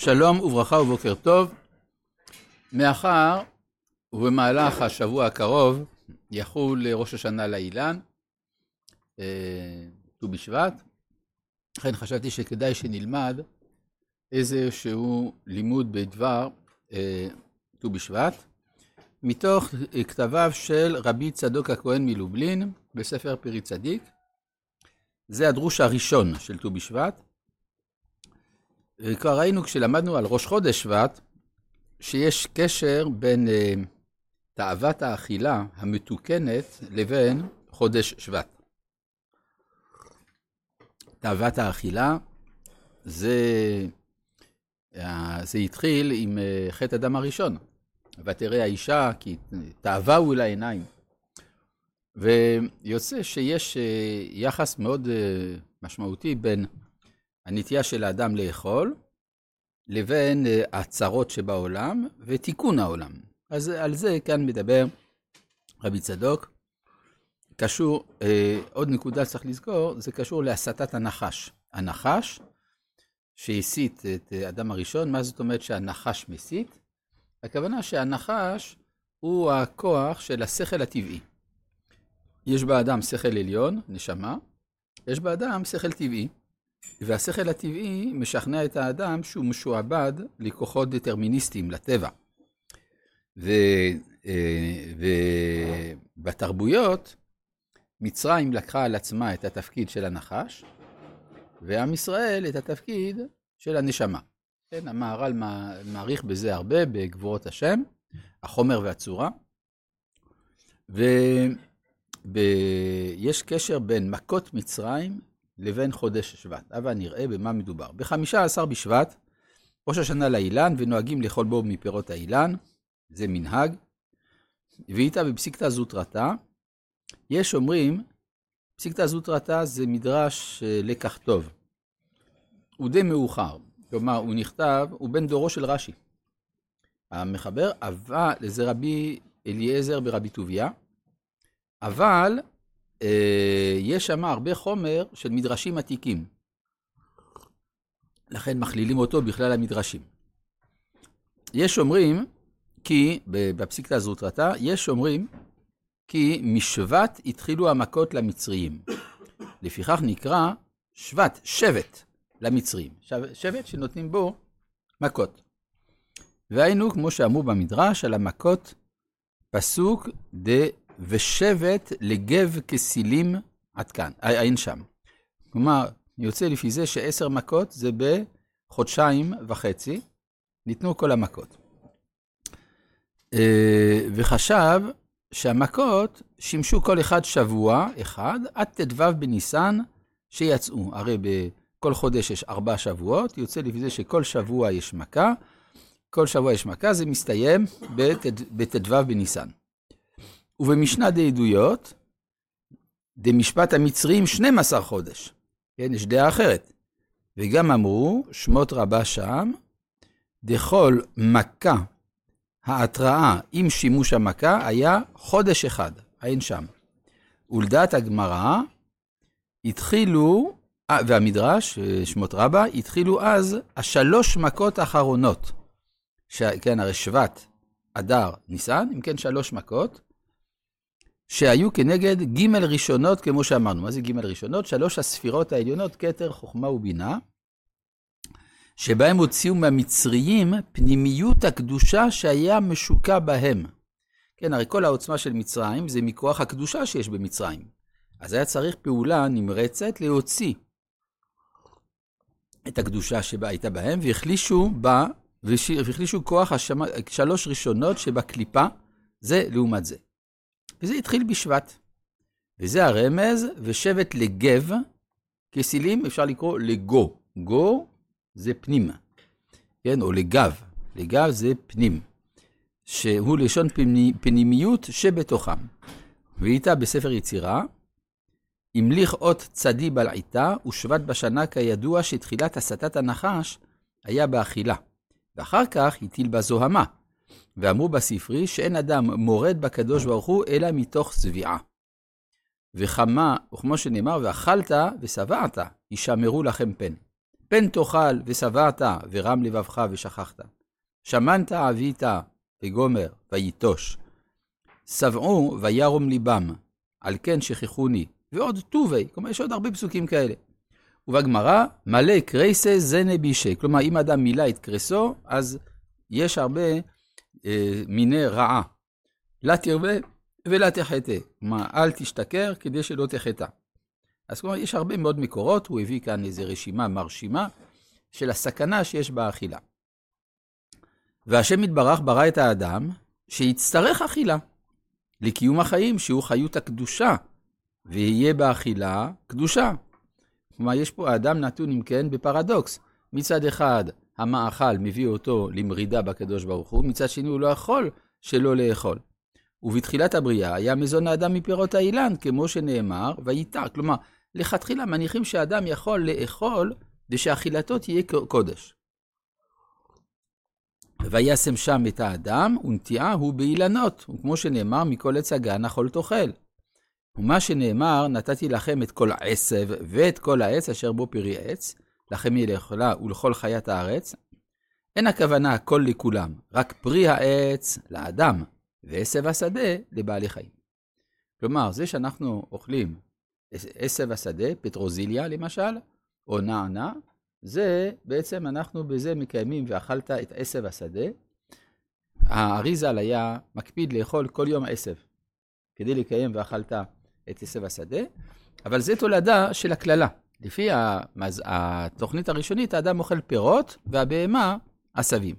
שלום וברכה ובוקר טוב. מאחר ובמהלך השבוע הקרוב יחול ראש השנה לאילן, ט"ו בשבט, לכן חשבתי שכדאי שנלמד איזשהו לימוד בדבר ט"ו בשבט, מתוך כתביו של רבי צדוק הכהן מלובלין בספר פרי צדיק. זה הדרוש הראשון של ט"ו בשבט. כבר ראינו כשלמדנו על ראש חודש שבט, שיש קשר בין תאוות האכילה המתוקנת לבין חודש שבט. תאוות האכילה זה התחיל עם חטא אדם הראשון. ותראה האישה כי תאווה אל העיניים. ויוצא שיש יחס מאוד משמעותי בין הנטייה של האדם לאכול, לבין הצרות שבעולם ותיקון העולם. אז על זה כאן מדבר רבי צדוק. קשור, עוד נקודה צריך לזכור, זה קשור להסתת הנחש. הנחש שהסית את האדם הראשון, מה זאת אומרת שהנחש מסית? הכוונה שהנחש הוא הכוח של השכל הטבעי. יש באדם שכל עליון, נשמה, יש באדם שכל טבעי. והשכל הטבעי משכנע את האדם שהוא משועבד לכוחות דטרמיניסטיים, לטבע. ובתרבויות, מצרים לקחה על עצמה את התפקיד של הנחש, ועם ישראל את התפקיד של הנשמה. כן, המהר"ל מעריך בזה הרבה, בגבורות השם, החומר והצורה. ויש קשר בין מכות מצרים לבין חודש שבט. אבל נראה במה מדובר. ב-15 בשבט, ראש השנה לאילן, ונוהגים לאכול בו מפירות האילן, זה מנהג. ואיתה בפסיקתא זוטרתא, יש אומרים, פסיקתא זוטרתא זה מדרש לקח טוב. הוא די מאוחר, כלומר הוא נכתב, הוא בן דורו של רש"י. המחבר, אבל זה רבי אליעזר ברבי טוביה, אבל יש שם הרבה חומר של מדרשים עתיקים. לכן מכלילים אותו בכלל המדרשים. יש אומרים, כי בפסיקתא זוטרתא, יש אומרים, כי משבט התחילו המכות למצריים. לפיכך נקרא שבט, שבט למצריים. שבט שנותנים בו מכות. והיינו, כמו שאמרו במדרש, על המכות, פסוק ושבט לגב כסילים עד כאן, אין שם. כלומר, יוצא לפי זה ש10 מכות זה בחודשיים וחצי, ניתנו כל המכות. וחשב שהמכות שימשו כל אחד שבוע אחד, עד ט"ו בניסן שיצאו. הרי בכל חודש יש 4 שבועות, יוצא לפי זה שכל שבוע יש מכה, כל שבוע יש מכה, זה מסתיים בט"ו בניסן. ובמשנה דעדויות, דמשפט המצרים 12 חודש. כן, יש דעה אחרת. וגם אמרו, שמות רבה שם, דכל מכה ההתראה עם שימוש המכה היה חודש אחד, אין שם. ולדעת הגמרא, התחילו, והמדרש, שמות רבה, התחילו אז 3 מכות האחרונות. כן, הרי שבט, אדר, ניסן, אם כן 3 מכות, שהיו כנגד ג' ראשונות, כמו שאמרנו. מה זה ג' ראשונות? 3 הספירות העליונות, כתר, חוכמה ובינה, שבהם הוציאו מהמצריים פנימיות הקדושה שהיה משוקע בהם. כן, הרי כל העוצמה של מצרים זה מכוח הקדושה שיש במצרים. אז היה צריך פעולה נמרצת להוציא את הקדושה שבה הייתה בהם, והחלישו כוח 3 ראשונות שבקליפה, זה לעומת זה. וזה התחיל בשבט. וזה הרמז, ושבט לגב, כסילים אפשר לקרוא לגו. גו זה פנים. כן, או לגב. לגב זה פנים. שהוא לשון פנימיות שבתוכם. ואיתה בספר יצירה, המליך אות צדי בלעיתה, ושבט בשנה כידוע שתחילת הסתת הנחש היה באכילה. ואחר כך הטיל בזוהמה. ואמרו בספרי שאין אדם מורד בקדוש ברוך הוא אלא מתוך צביעה. וכמה, וכמו שנאמר, ואכלת ושבעת, ישמרו לכם פן. פן תאכל ושבעת ורם לבבך ושכחת. שמנת אבית וגומר ויתוש. שבעו וירום ליבם, על כן שכחוני, ועוד טובי, כלומר יש עוד הרבה פסוקים כאלה. ובגמרא, מלא קרייסה זנה בישי, כלומר אם אדם מילא את קרסו, אז יש הרבה מיני רעה. לא תרבה ולא תחטא, כלומר אל תשתכר כדי שלא תחטא. אז כלומר יש הרבה מאוד מקורות, הוא הביא כאן איזו רשימה מרשימה של הסכנה שיש באכילה. והשם יתברך ברא את האדם שיצטרך אכילה, לקיום החיים שהוא חיות הקדושה, ויהיה באכילה קדושה. כלומר, יש פה האדם נתון אם כן בפרדוקס. מצד אחד, המאכל מביא אותו למרידה בקדוש ברוך הוא, מצד שני הוא לא יכול שלא לאכול. ובתחילת הבריאה היה מזון האדם מפירות האילן, כמו שנאמר, ויתר. כלומר, לכתחילה מניחים שהאדם יכול לאכול, ושאכילתו תהיה קודש. וישם שם את האדם, ונטיעה הוא באילנות, וכמו שנאמר, מכל עץ הגן אכול תאכל. ומה שנאמר, נתתי לכם את כל העשב ואת כל העץ אשר בו פרי עץ, לכם יהיה לאכולה ולכל חיית הארץ. אין הכוונה הכל לכולם, רק פרי העץ לאדם, ועשב השדה לבעלי חיים. כלומר, זה שאנחנו אוכלים עשב השדה, פטרוזיליה למשל, או נענה, זה בעצם אנחנו בזה מקיימים ואכלת את עשב השדה. האריזל היה מקפיד לאכול כל יום עשב, כדי לקיים ואכלת את עשב השדה, אבל זה תולדה של הכללה. לפי התוכנית הראשונית, האדם אוכל פירות והבהמה עשבים.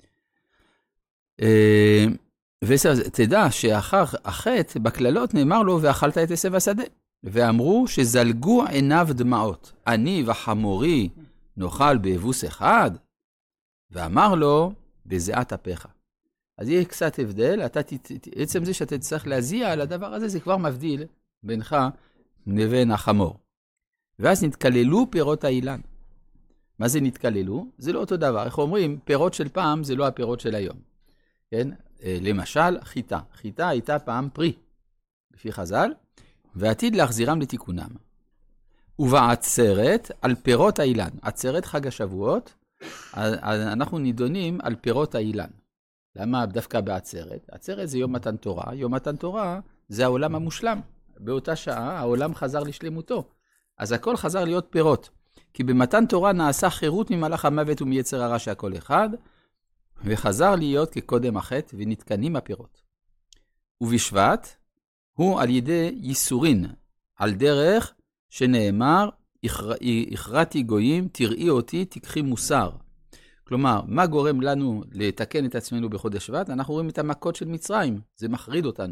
ותדע שאחר החטא בכללות נאמר לו ואכלת את עשב השדה. ואמרו שזלגו עיניו דמעות. אני וחמורי נאכל באבוס אחד, ואמר לו בזיעת אפיך. אז יהיה קצת הבדל, עצם זה שאתה צריך להזיע על הדבר הזה, זה כבר מבדיל בינך לבין החמור. ואז נתקללו פירות האילן. מה זה נתקללו? זה לא אותו דבר. איך אומרים, פירות של פעם זה לא הפירות של היום. כן? למשל, חיטה. חיטה הייתה פעם פרי, לפי חז"ל, ועתיד להחזירם לתיקונם. ובעצרת על פירות האילן. עצרת חג השבועות, אנחנו נידונים על פירות האילן. למה דווקא בעצרת? עצרת זה יום מתן תורה. יום מתן תורה זה העולם המושלם. באותה שעה העולם חזר לשלמותו. אז הכל חזר להיות פירות. כי במתן תורה נעשה חירות ממלאך המוות ומיצר הרע שהכל אחד, וחזר להיות כקודם החטא ונתקנים הפירות. ובשבט הוא על ידי ייסורין, על דרך שנאמר, הכרעתי גויים, תראי אותי, תקחי מוסר. כלומר, מה גורם לנו לתקן את עצמנו בחודש שבט? אנחנו רואים את המכות של מצרים, זה מחריד אותנו.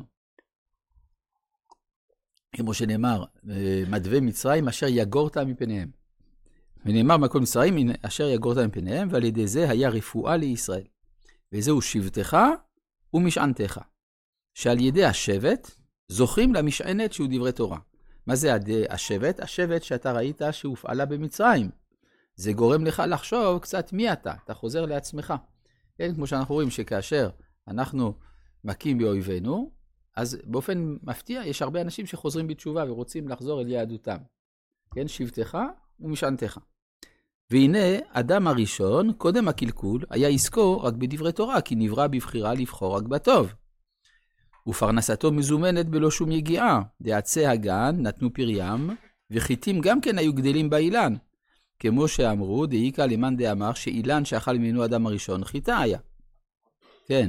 כמו שנאמר, מדווה מצרים אשר יגורת מפניהם. ונאמר מכות מצרים אשר יגורת מפניהם, ועל ידי זה היה רפואה לישראל. וזהו שבטך ומשענתך. שעל ידי השבט זוכים למשענת שהוא דברי תורה. מה זה השבט? השבט שאתה ראית שהופעלה במצרים. זה גורם לך לחשוב קצת מי אתה, אתה חוזר לעצמך. כן, כמו שאנחנו רואים שכאשר אנחנו מכים באויבינו, אז באופן מפתיע יש הרבה אנשים שחוזרים בתשובה ורוצים לחזור אל יהדותם. כן, שבטך ומשענתך. והנה, אדם הראשון, קודם הקלקול, היה עסקו רק בדברי תורה, כי נברא בבחירה לבחור רק בטוב. ופרנסתו מזומנת בלא שום יגיעה. דעצי הגן נתנו פריים, וחיטים גם כן היו גדלים באילן. כמו שאמרו, דאיקה למאן דאמר, שאילן שאכל ממנו אדם הראשון, חיטה היה. כן.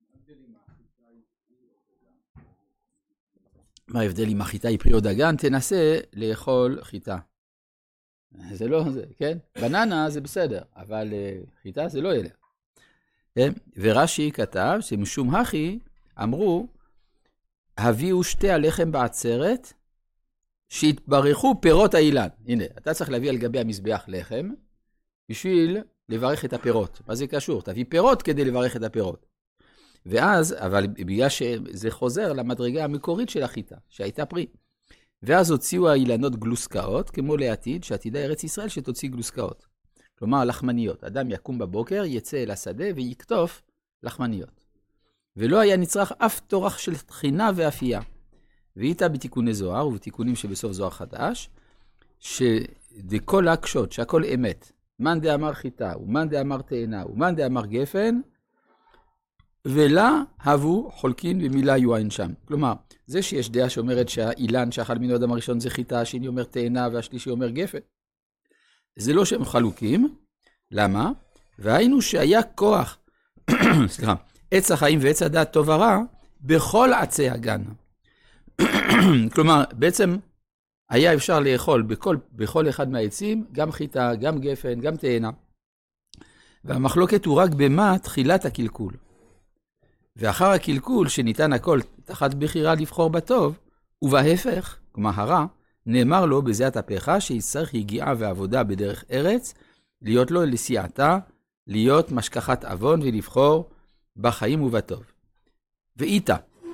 מה ההבדל אם החיטה היא פרי או דגן? תנסה לאכול חיטה. זה לא זה, כן? בננה זה בסדר, אבל חיטה זה לא ילך. כן? ורש"י כתב שמשום הכי אמרו, הביאו שתי הלחם בעצרת, שהתברכו פירות האילן. הנה, אתה צריך להביא על גבי המזבח לחם, בשביל לברך את הפירות. מה זה קשור? תביא פירות כדי לברך את הפירות. ואז, אבל בגלל שזה חוזר למדרגה המקורית של החיטה, שהייתה פרי. ואז הוציאו האילנות גלוסקאות, כמו לעתיד, שעתידה ארץ ישראל שתוציא גלוסקאות. כלומר, לחמניות. אדם יקום בבוקר, יצא אל השדה ויקטוף לחמניות. ולא היה נצרך אף תורח של תחינה ואפייה. ואיתה בתיקוני זוהר ובתיקונים שבסוף זוהר חדש, שדכל הקשות, שהכל אמת, מאן דאמר חיטה, ומאן דאמר תאנה, ומאן דאמר גפן, ולה הבו חולקין במילה יועין שם. כלומר, זה שיש דעה שאומרת שהאילן שאכל ממנו אדם הראשון זה חיטה, השני אומר תאנה והשלישי אומר גפן. זה לא שהם חלוקים. למה? והיינו שהיה כוח, סליחה, עץ החיים ועץ הדעת טוב ורע, בכל עצי הגן. כלומר, בעצם היה אפשר לאכול בכל אחד מהעצים, גם חיטה, גם גפן, גם תאנה. והמחלוקת הוא רק במה תחילת הקלקול. ואחר הקלקול שניתן הכל תחת בחירה לבחור בטוב, ובהפך, כלומר הרע, נאמר לו בזיעת אפיך שיצטרך יגיעה ועבודה בדרך ארץ, להיות לו לסיעתה, להיות משכחת אבון ולבחור בחיים ובטוב. ואיתה,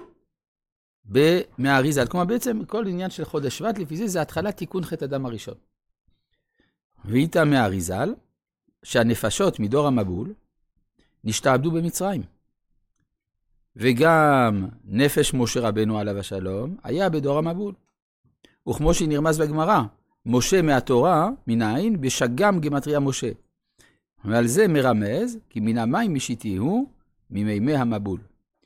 מהאריזל, כלומר בעצם כל עניין של חודש שבט, לפי זה התחלת תיקון חטא אדם הראשון. ואיתה מהאריזל, שהנפשות מדור המבול נשתעבדו במצרים. וגם נפש משה רבנו עליו השלום היה בדור המבול. וכמו שנרמז בגמרא, משה מהתורה, מנין, בשגם גמטריה משה. ועל זה מרמז, כי מן המים משיתיהו, ממימי המבול.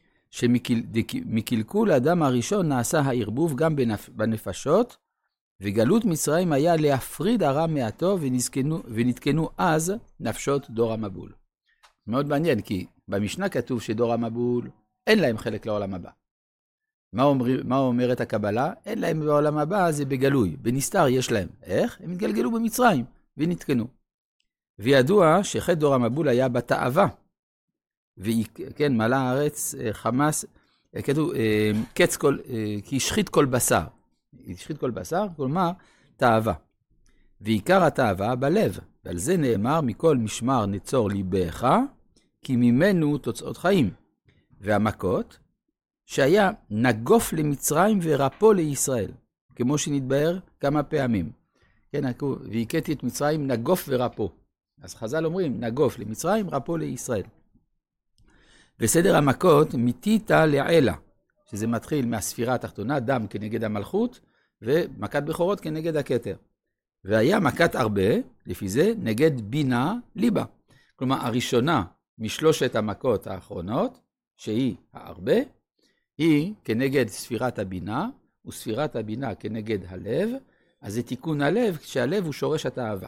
שמקלקול האדם הראשון נעשה הערבוב גם בנפשות, וגלות מצרים היה להפריד הרע מהטוב, ונתקנו אז נפשות דור המבול. מאוד מעניין, כי במשנה כתוב שדור המבול אין להם חלק לעולם הבא. מה אומרת הקבלה? אין להם בעולם הבא, זה בגלוי. בנסתר יש להם. איך? הם התגלגלו במצרים ונתקנו. וידוע שחטא דור המבול היה בתאווה. וכן, מלא הארץ חמאס, כתוב, כי השחית כל בשר. השחית כל בשר, כלומר, תאווה. ועיקר התאווה בלב. ועל זה נאמר, מכל משמר נצור ליבך, כי ממנו תוצאות חיים. והמכות, שהיה נגוף למצרים ורפו לישראל, כמו שנתבהר כמה פעמים. כן, והכיתי את מצרים נגוף ורפו. אז חז"ל אומרים, נגוף למצרים, רפו לישראל. וסדר המכות, מתיתה לעלה, שזה מתחיל מהספירה התחתונה, דם כנגד המלכות, ומכת בכורות כנגד הכתר. והיה מכת הרבה, לפי זה, נגד בינה ליבה. כלומר, הראשונה משלושת המכות האחרונות, שהיא הרבה, היא כנגד ספירת הבינה, וספירת הבינה כנגד הלב, אז זה תיקון הלב, כשהלב הוא שורש התאווה.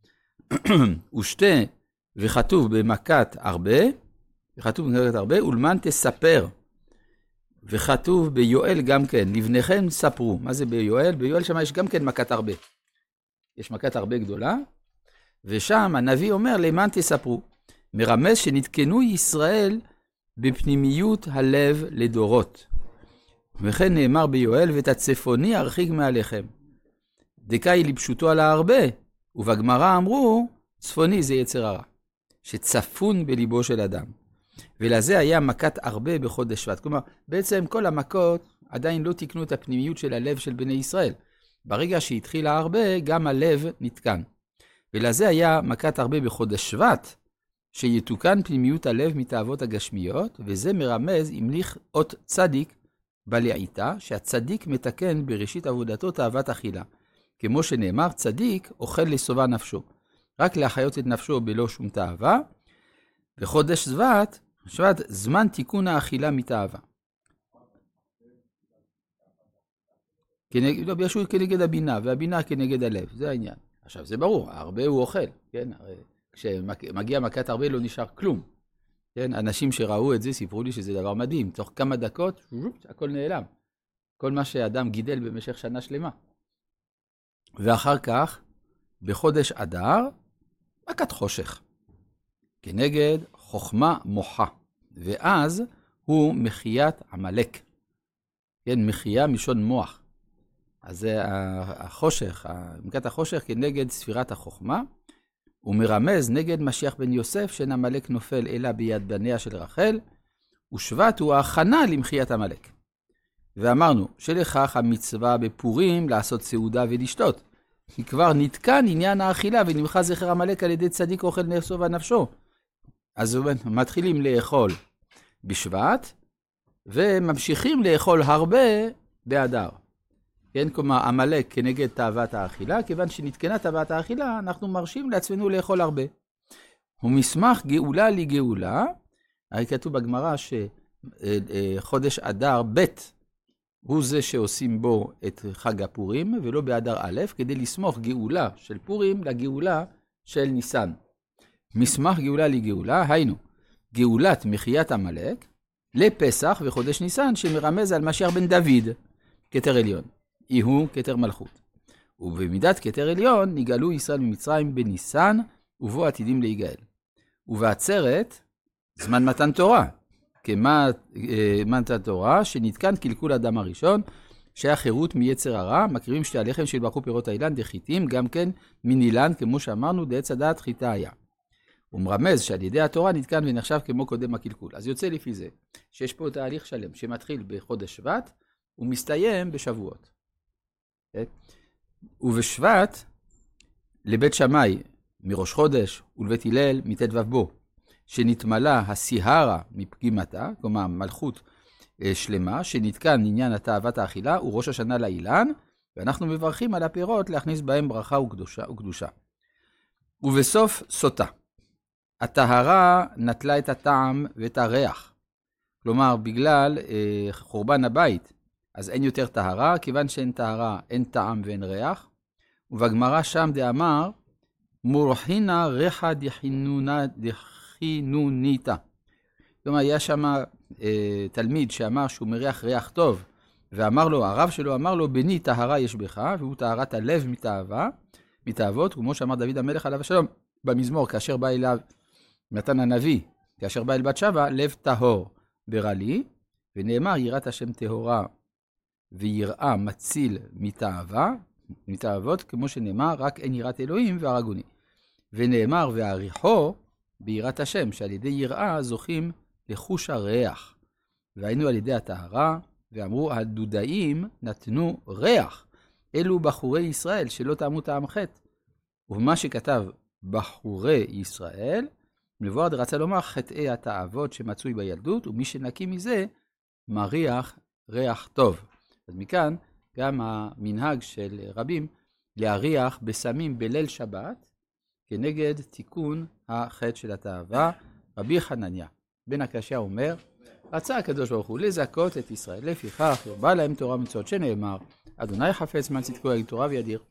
וכתוב במכת הרבה, ולמן תספר, וכתוב ביואל גם כן, לבניכם ספרו. מה זה ביואל? ביואל שם יש גם כן מכת הרבה. יש מכת הרבה גדולה, ושם הנביא אומר, למען תספרו. מרמז שנתקנו ישראל בפנימיות הלב לדורות. וכן נאמר ביואל, ואת הצפוני ארחיק מעליכם. דקאי לפשוטו על הרבה, ובגמרא אמרו, צפוני זה יצר הרע, שצפון בליבו של אדם. ולזה היה מכת הרבה בחודש שבט. כלומר, בעצם כל המכות עדיין לא תיקנו את הפנימיות של הלב של בני ישראל. ברגע שהתחילה הרבה, גם הלב נתקן. ולזה היה מכת הרבה בחודש שבט, שיתוקן פנימיות הלב מתאוות הגשמיות, וזה מרמז המליך אות צדיק בלעיתה, שהצדיק מתקן בראשית עבודתו תאוות אכילה. כמו שנאמר, צדיק אוכל לסובה נפשו. רק להחיות את נפשו בלא שום תאווה. בחודש שבט, זמן תיקון האכילה מתאווה. ישו כנגד הבינה, והבינה כנגד הלב, זה העניין. עכשיו זה ברור, הרבה הוא אוכל, כן? כשמגיע מכת הרבה לא נשאר כלום. כן? אנשים שראו את זה סיפרו לי שזה דבר מדהים, תוך כמה דקות, הכל נעלם. כל מה שאדם גידל במשך שנה שלמה. ואחר כך, בחודש אדר, מכת חושך. כנגד חוכמה מוחה. ואז הוא מחיית עמלק. כן, מחייה משון מוח. אז זה החושך, מכת החושך כנגד ספירת החוכמה, הוא מרמז נגד משיח בן יוסף, שאין עמלק נופל אלא ביד בניה של רחל, ושבט הוא ההכנה למחיית עמלק. ואמרנו שלכך המצווה בפורים לעשות סעודה ולשתות, כי כבר נתקן עניין האכילה ונמחה זכר עמלק על ידי צדיק אוכל נפשו ונפשו. אז מתחילים לאכול בשבט, וממשיכים לאכול הרבה באדר. כן, כלומר, עמלק כנגד תאוות האכילה, כיוון שנתקנה תאוות האכילה, אנחנו מרשים לעצמנו לאכול הרבה. ומסמך גאולה לגאולה, הרי כתוב בגמרא שחודש אדר ב' הוא זה שעושים בו את חג הפורים, ולא באדר א', כדי לסמוך גאולה של פורים לגאולה של ניסן. מסמך גאולה לגאולה, היינו, גאולת מחיית עמלק, לפסח וחודש ניסן, שמרמז על משיח בן דוד, כתר עליון. הוא כתר מלכות. ובמידת כתר עליון נגאלו ישראל ממצרים בניסן, ובו עתידים להיגאל. ובעצרת, זמן מתן תורה. מתן תורה, שנתקן קלקול אדם הראשון, שהיה חירות מיצר הרע, מקריבים שתי הלחם שהתברכו פירות האילן דחיתים, גם כן מנילן, כמו שאמרנו, דעץ הדעת חיטה היה. הוא מרמז שעל ידי התורה נתקן ונחשב כמו קודם הקלקול. אז יוצא לפי זה, שיש פה תהליך שלם, שמתחיל בחודש שבט, ומסתיים בשבועות. ובשבט, לבית שמאי, מראש חודש, ולבית הלל, מתדבב בו, שנתמלה הסיהרה מפגימתה, כלומר מלכות שלמה, שנתקן עניין התאוות האכילה, וראש השנה לאילן, ואנחנו מברכים על הפירות להכניס בהם ברכה וקדושה. ובסוף סוטה. הטהרה נטלה את הטעם ואת הריח. כלומר, בגלל חורבן הבית, אז אין יותר טהרה, כיוון שאין טהרה, אין טעם ואין ריח. ובגמרא שם דאמר, מורחינה ריחה דחינוניתה. כלומר, היה שם תלמיד שאמר שהוא מריח ריח טוב, ואמר לו, הרב שלו אמר לו, בני טהרה יש בך, והוא טהרת הלב מתאוות, כמו שאמר דוד המלך עליו השלום, במזמור, כאשר בא אליו נתן הנביא, כאשר בא אל בת שבע, לב טהור ברא לי, ונאמר יראת השם טהורה, ויראה מציל מתאוות, כמו שנאמר, רק אין יראת אלוהים והרגוני. ונאמר והעריכו ביראת השם, שעל ידי יראה זוכים לחוש הריח. והיינו על ידי הטהרה, ואמרו הדודאים נתנו ריח. אלו בחורי ישראל שלא טעמו טעם חטא. ומה שכתב בחורי ישראל, מבואר רצה לומר חטאי התאוות שמצוי בילדות, ומי שנקי מזה מריח ריח טוב. אז מכאן גם המנהג של רבים להריח בסמים בליל שבת, כנגד תיקון החטא של התאווה. רבי חנניה בן הקשיא אומר, רצה הקדוש ברוך הוא לזכות את ישראל, לפיכך הרבה להם תורה ומצוות, שנאמר, אדוני חפץ למען צדקו יגדיל תורה וידיר.